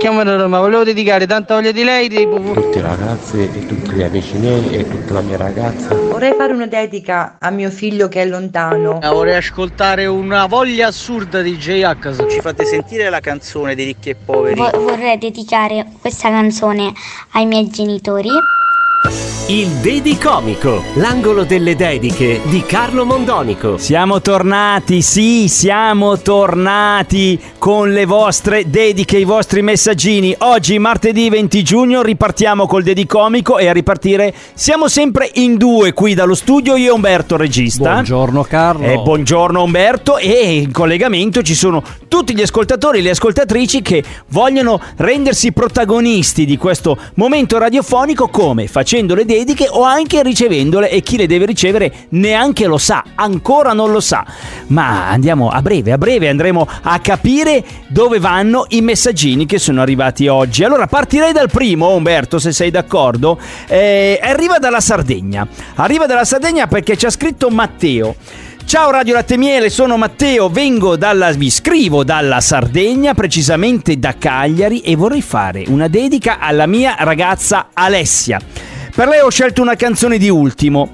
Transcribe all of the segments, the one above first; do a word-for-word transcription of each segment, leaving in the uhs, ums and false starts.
chiamo da Roma, volevo dedicare tanta voglia di lei tutti i ragazzi e tutti gli amici miei e tutta la mia ragazza. Vorrei fare una dedica a mio figlio che è lontano. Vorrei ascoltare una voglia assurda di J-H. Ci fate sentire la canzone dei ricchi e poveri? Vo- vorrei dedicare questa canzone ai miei genitori. Il Dedicomico, l'angolo delle dediche di Carlo Mondonico. Siamo tornati, sì, siamo tornati con le vostre dediche, i vostri messaggini. Oggi, martedì venti giugno, ripartiamo col Dedicomico e a ripartire siamo sempre in due qui dallo studio, io e Umberto, regista. Buongiorno Carlo. Eh, buongiorno Umberto, e in collegamento ci sono tutti gli ascoltatori e le ascoltatrici che vogliono rendersi protagonisti di questo momento radiofonico, come facendo le dediche o anche ricevendole, e chi le deve ricevere neanche lo sa, ancora non lo sa. Ma andiamo a breve, a breve andremo a capire dove vanno i messaggini che sono arrivati oggi. Allora partirei dal primo, Umberto, se sei d'accordo. Eh, arriva dalla Sardegna, arriva dalla Sardegna perché ci ha scritto Matteo. Ciao Radio Latte Miele, sono Matteo, vengo dalla, vi scrivo dalla Sardegna, precisamente da Cagliari, e vorrei fare una dedica alla mia ragazza Alessia. Per lei ho scelto una canzone di Ultimo,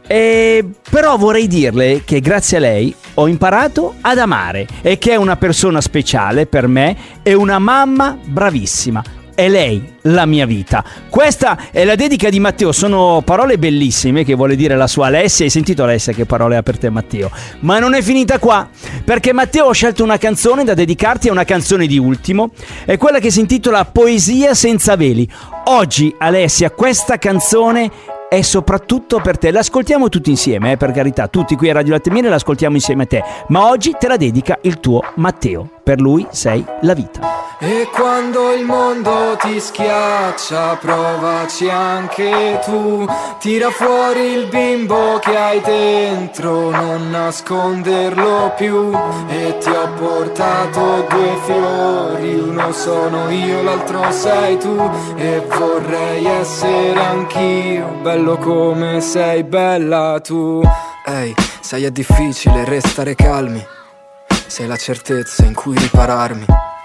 eh, però vorrei dirle che grazie a lei ho imparato ad amare e che è una persona speciale per me e una mamma bravissima. È lei la mia vita. Questa è la dedica di Matteo. Sono parole bellissime che vuole dire la sua Alessia. Hai sentito, Alessia, che parole ha per te Matteo? Ma non è finita qua, perché Matteo ha scelto una canzone da dedicarti, a una canzone di Ultimo. È quella che si intitola Poesia senza veli. Oggi, Alessia, questa canzone è soprattutto per te. L'ascoltiamo tutti insieme, eh, per carità. Tutti qui a Radio Latte Miele l'ascoltiamo insieme a te. Ma oggi te la dedica il tuo Matteo. Per lui sei la vita. E quando il mondo ti schiaccia, provaci anche tu. Tira fuori il bimbo che hai dentro, non nasconderlo più. E ti ho portato due fiori, uno sono io, l'altro sei tu. E vorrei essere anch'io, bello come sei bella tu. Ehi, sai è difficile restare calmi, sei la certezza in cui ripararmi.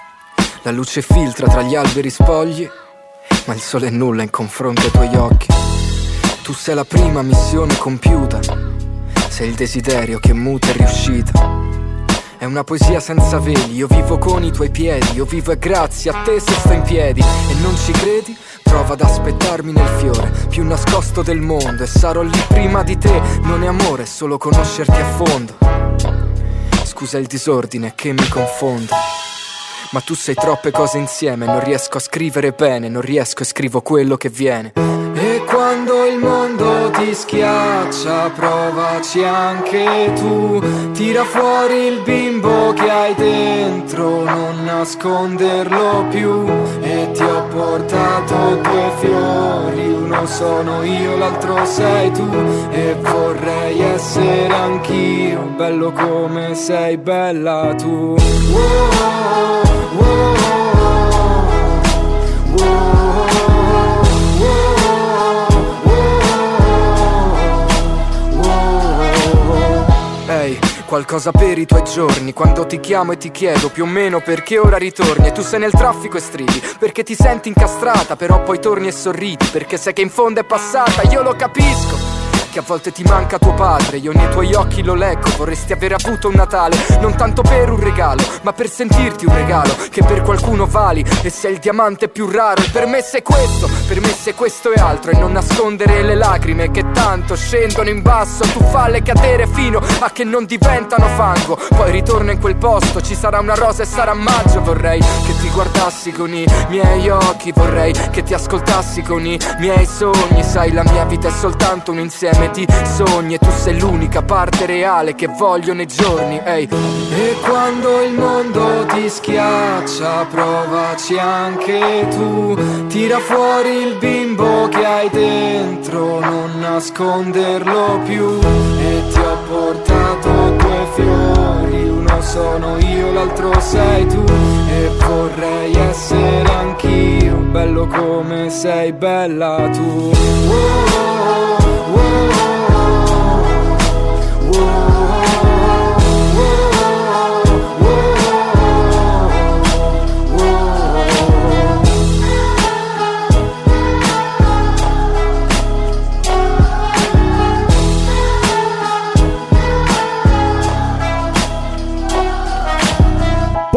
La luce filtra tra gli alberi spogli, ma il sole è nulla in confronto ai tuoi occhi. Tu sei la prima missione compiuta, sei il desiderio che muta è riuscita. È una poesia senza veli, io vivo con i tuoi piedi, io vivo e grazie a te se sto in piedi. E non ci credi? Prova ad aspettarmi nel fiore più nascosto del mondo, e sarò lì prima di te. Non è amore, è solo conoscerti a fondo. Scusa il disordine che mi confonde, ma tu sei troppe cose insieme, non riesco a scrivere bene, non riesco e scrivo quello che viene. E quando il mondo ti schiaccia, provaci anche tu. Tira fuori il bimbo che hai dentro, non nasconderlo più. E ti ho portato due fiori, uno sono io, l'altro sei tu. E vorrei essere anch'io, bello come sei bella tu. Whoa. Ehi, qualcosa per i tuoi giorni, quando ti chiamo e ti chiedo più o meno perché ora ritorni. E tu sei nel traffico e stridi, perché ti senti incastrata, però poi torni e sorridi, perché sai che in fondo è passata. Io lo capisco che a volte ti manca tuo padre, io nei tuoi occhi lo leggo. Vorresti aver avuto un Natale, non tanto per un regalo, ma per sentirti un regalo che per qualcuno vali. E sei il diamante più raro, e per me sei questo, per me sei questo e altro. E non nascondere le lacrime che tanto scendono in basso. Tu falle cadere fino a che non diventano fango, poi ritorno in quel posto, ci sarà una rosa e sarà maggio. Vorrei che ti guardassi con i miei occhi, vorrei che ti ascoltassi con i miei sogni. Sai, la mia vita è soltanto un insieme di sogni, e tu sei l'unica parte reale che voglio nei giorni. Ehi. E quando il mondo ti schiaccia, provaci anche tu. Tira fuori il bimbo che hai dentro, non nasconderlo più. E ti ho portato due fiori, uno sono io, l'altro sei tu. E vorrei essere anch'io, bello come sei bella tu. Whoa.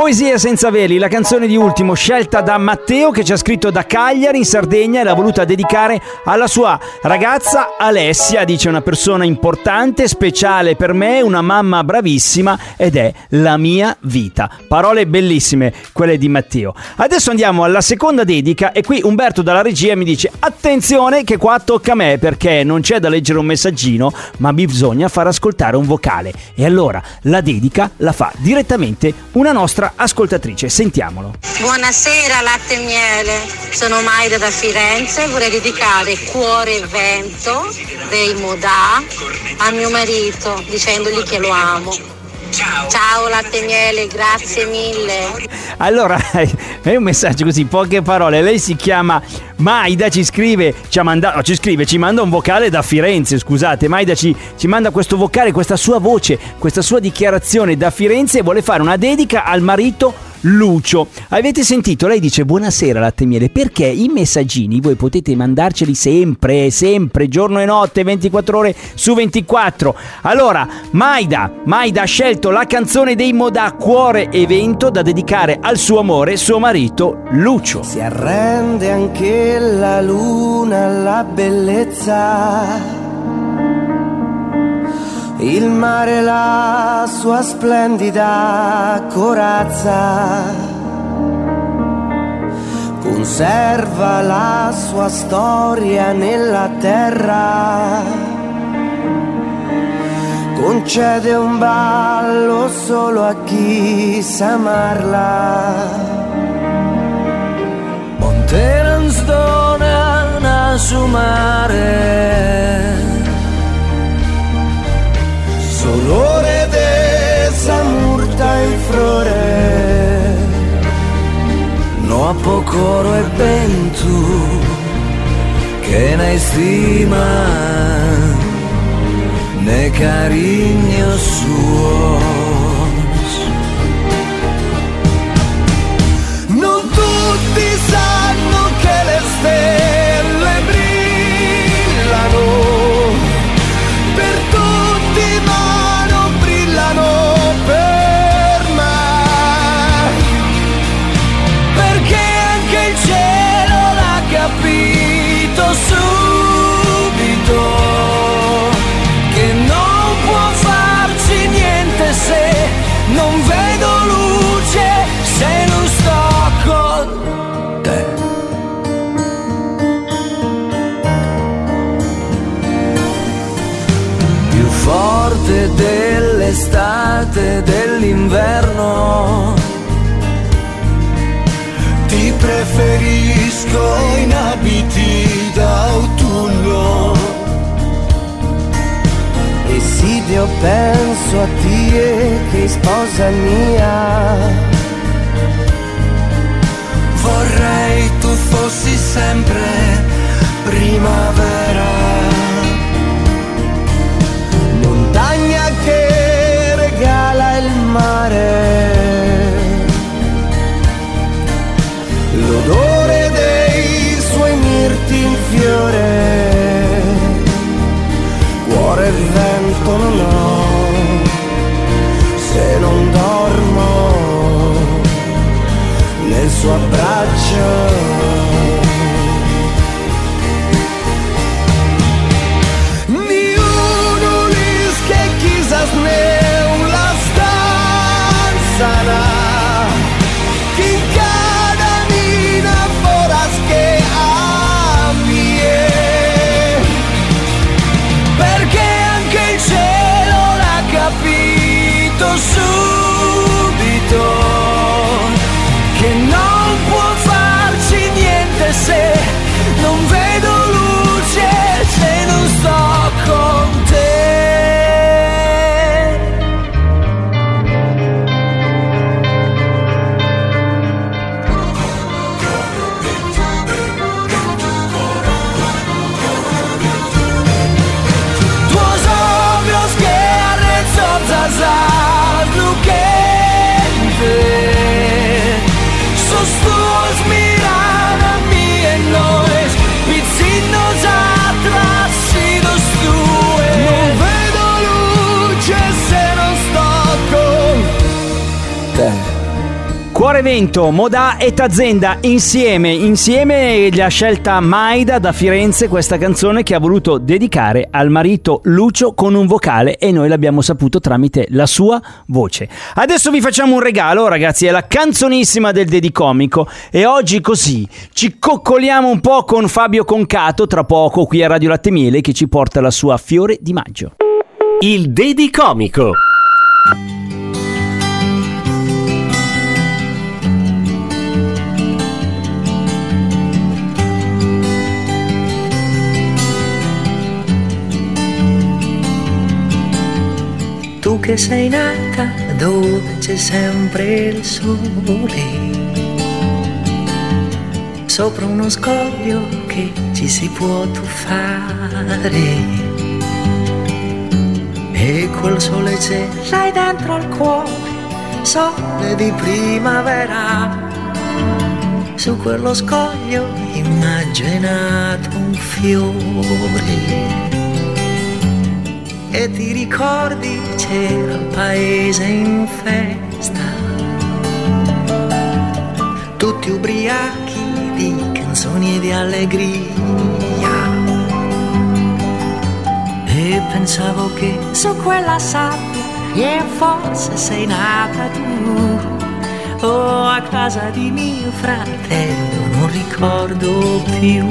Poesie senza veli, la canzone di Ultimo scelta da Matteo, che ci ha scritto da Cagliari in Sardegna e l'ha voluta dedicare alla sua ragazza Alessia. Dice: una persona importante, speciale per me, una mamma bravissima ed è la mia vita. Parole bellissime quelle di Matteo. Adesso andiamo alla seconda dedica e qui Umberto dalla regia mi dice: attenzione che qua tocca a me, perché non c'è da leggere un messaggino ma bisogna far ascoltare un vocale. E allora la dedica la fa direttamente una nostra ascoltatrice. Sentiamolo. Buonasera latte e miele, sono Maida da Firenze e vorrei dedicare Cuore e Vento dei Modà a mio marito dicendogli che lo amo. Ciao. Ciao latte e miele, grazie mille. Allora, è un messaggio così, poche parole. Lei si chiama Maida, ci scrive, ci ha mandato, ci scrive, ci manda un vocale da Firenze, scusate. Maida ci, ci manda questo vocale, questa sua voce, questa sua dichiarazione da Firenze e vuole fare una dedica al marito Lucio. Avete sentito? Lei dice: buonasera latte e miele, perché i messaggini voi potete mandarceli sempre, sempre, giorno e notte, ventiquattro ore su ventiquattro. Allora, Maida, Maida ha scelto la canzone dei Modà, Cuore e Vento, da dedicare al suo amore, suo marito Lucio. Si arrende anche la luna alla bellezza, il mare la sua splendida corazza, conserva la sua storia nella terra, concede un ballo solo a chi sa amarla. Monte non stona su mare, l'ore de Samurta in flore, no a poco oro e vento che ne stima ne cariño suos. Non tutti sanno che le stelle brillano per tutti, ma non brillano per me, perché anche il cielo l'ha capito subito che non può farci niente se non vedo luce, se non sto con te. Forte dell'estate, dell'inverno, ti preferisco in abiti d'autunno. E sì, io penso a te che sposa mia, vorrei tu fossi sempre primavera, montagna che regala il mare, l'odore dei suoi mirti in fiore, cuore e vento non ho se non dormo nel suo abbraccio. Nella stanza che cada mina foras che ammie, perché anche il cielo l'ha capito subito che non può farci niente se non vedo luce, se non sto con te. Sos tuos mirada mi e noi, Cuore Vento, Modà e Tazenda insieme, insieme li ha scelta Maida da Firenze, questa canzone che ha voluto dedicare al marito Lucio con un vocale e noi l'abbiamo saputo tramite la sua voce. Adesso vi facciamo un regalo, ragazzi, è la canzonissima del Dedicomico e oggi così ci coccoliamo un po' con Fabio Concato tra poco qui a Radio Latte Miele che ci porta la sua Fiore di Maggio. Il Dedicomico. Tu che sei nata dove c'è sempre il sole, sopra uno scoglio che ci si può tuffare, e quel sole c'è, l'hai dentro al cuore, sole di primavera, su quello scoglio immaginato un fiore. E ti ricordi c'era il paese in festa, tutti ubriachi di canzoni e di allegria, e pensavo che su quella sabbia e forse sei nata tu, o a casa di mio fratello non ricordo più,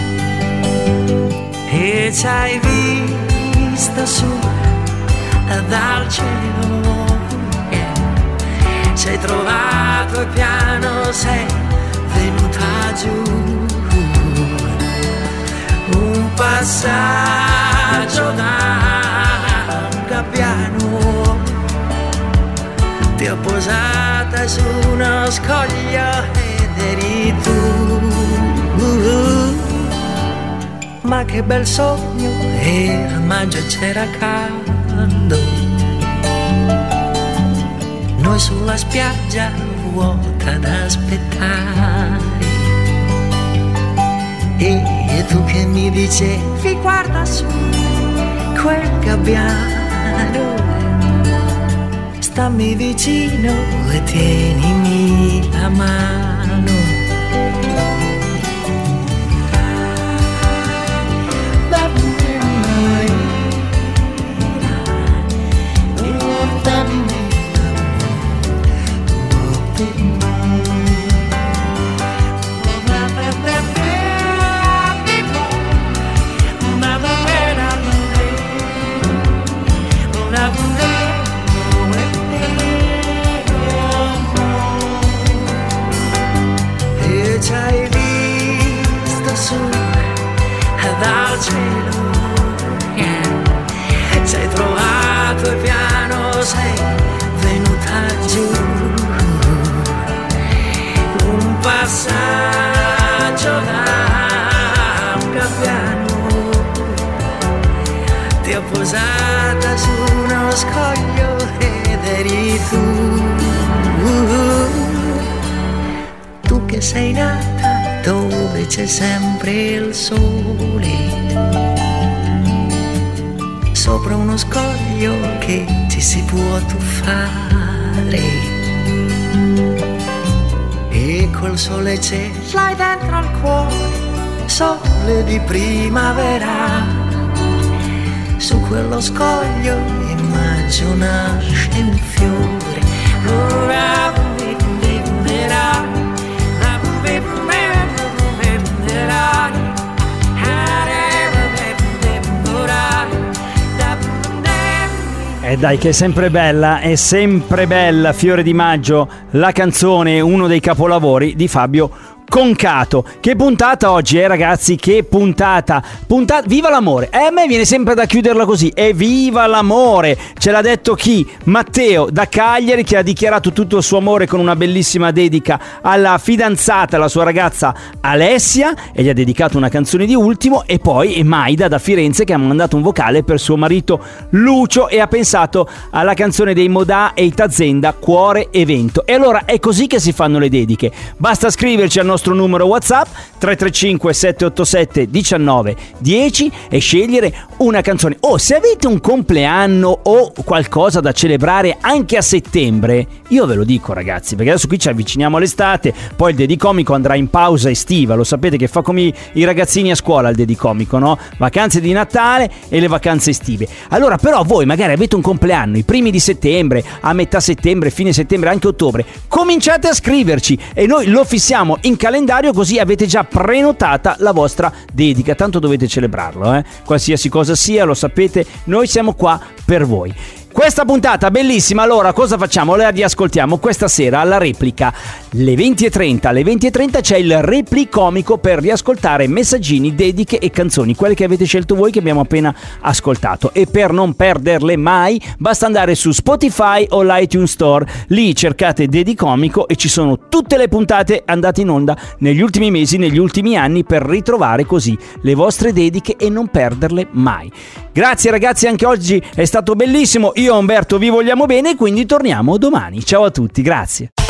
e ci hai visto su dal cielo, yeah. Sei trovato il piano, sei venuta giù, un passaggio da un gabbiano, ti ho posata su uno scoglio ed eri tu. Ma che bel sogno, era a maggio e c'era caldo, noi sulla spiaggia vuota ad aspettare, e, e tu che mi dicevi guarda su quel gabbiano, stammi vicino e tienimi la mano. Sei trovato il piano, sei venuta giù, un passaggio da un gabbiano, ti ho posata su uno scoglio ed eri tu, tu che sei nata dove c'è sempre il sole, sopra uno scoglio che ci si può tuffare, e col sole c'è, l'hai dentro al cuore, sole di primavera, su quello scoglio immagino nasce un fiore. Ora venderà, E eh dai che è sempre bella, è sempre bella Fiore di Maggio, la canzone, uno dei capolavori di Fabio Concato. Che puntata oggi, eh ragazzi, che puntata, puntata, viva l'amore, eh, a me viene sempre da chiuderla così, e viva l'amore, ce l'ha detto chi? Matteo da Cagliari, che ha dichiarato tutto il suo amore con una bellissima dedica alla fidanzata, la sua ragazza Alessia, e gli ha dedicato una canzone di Ultimo, e poi Maida da Firenze che ha mandato un vocale per suo marito Lucio e ha pensato alla canzone dei Modà e i Tazenda, Cuore e Vento. E allora è così che si fanno le dediche, basta scriverci al nostro numero WhatsApp tre tre cinque sette otto sette uno nove uno zero e scegliere una canzone. O oh, se avete un compleanno o qualcosa da celebrare anche a settembre, io ve lo dico ragazzi, perché adesso qui ci avviciniamo all'estate, poi il Dedicomico andrà in pausa estiva, lo sapete che fa come i ragazzini a scuola il Dedicomico, no? Vacanze di Natale e le vacanze estive. Allora però voi magari avete un compleanno i primi di settembre, a metà settembre, fine settembre, anche ottobre, cominciate a scriverci e noi lo fissiamo in calendario, così avete già prenotata la vostra dedica, tanto dovete celebrarlo, eh? Qualsiasi cosa sia, lo sapete, noi siamo qua per voi. Questa puntata bellissima, allora cosa facciamo? La riascoltiamo questa sera alla replica, le venti e trenta, alle venti e trenta c'è il Replicomico per riascoltare messaggini, dediche e canzoni, quelle che avete scelto voi che abbiamo appena ascoltato, e per non perderle mai basta andare su Spotify o l'iTunes Store, lì cercate Dedicomico e ci sono tutte le puntate andate in onda negli ultimi mesi, negli ultimi anni, per ritrovare così le vostre dediche e non perderle mai. Grazie ragazzi, anche oggi è stato bellissimo. Io e Umberto vi vogliamo bene, quindi torniamo domani. Ciao a tutti, grazie.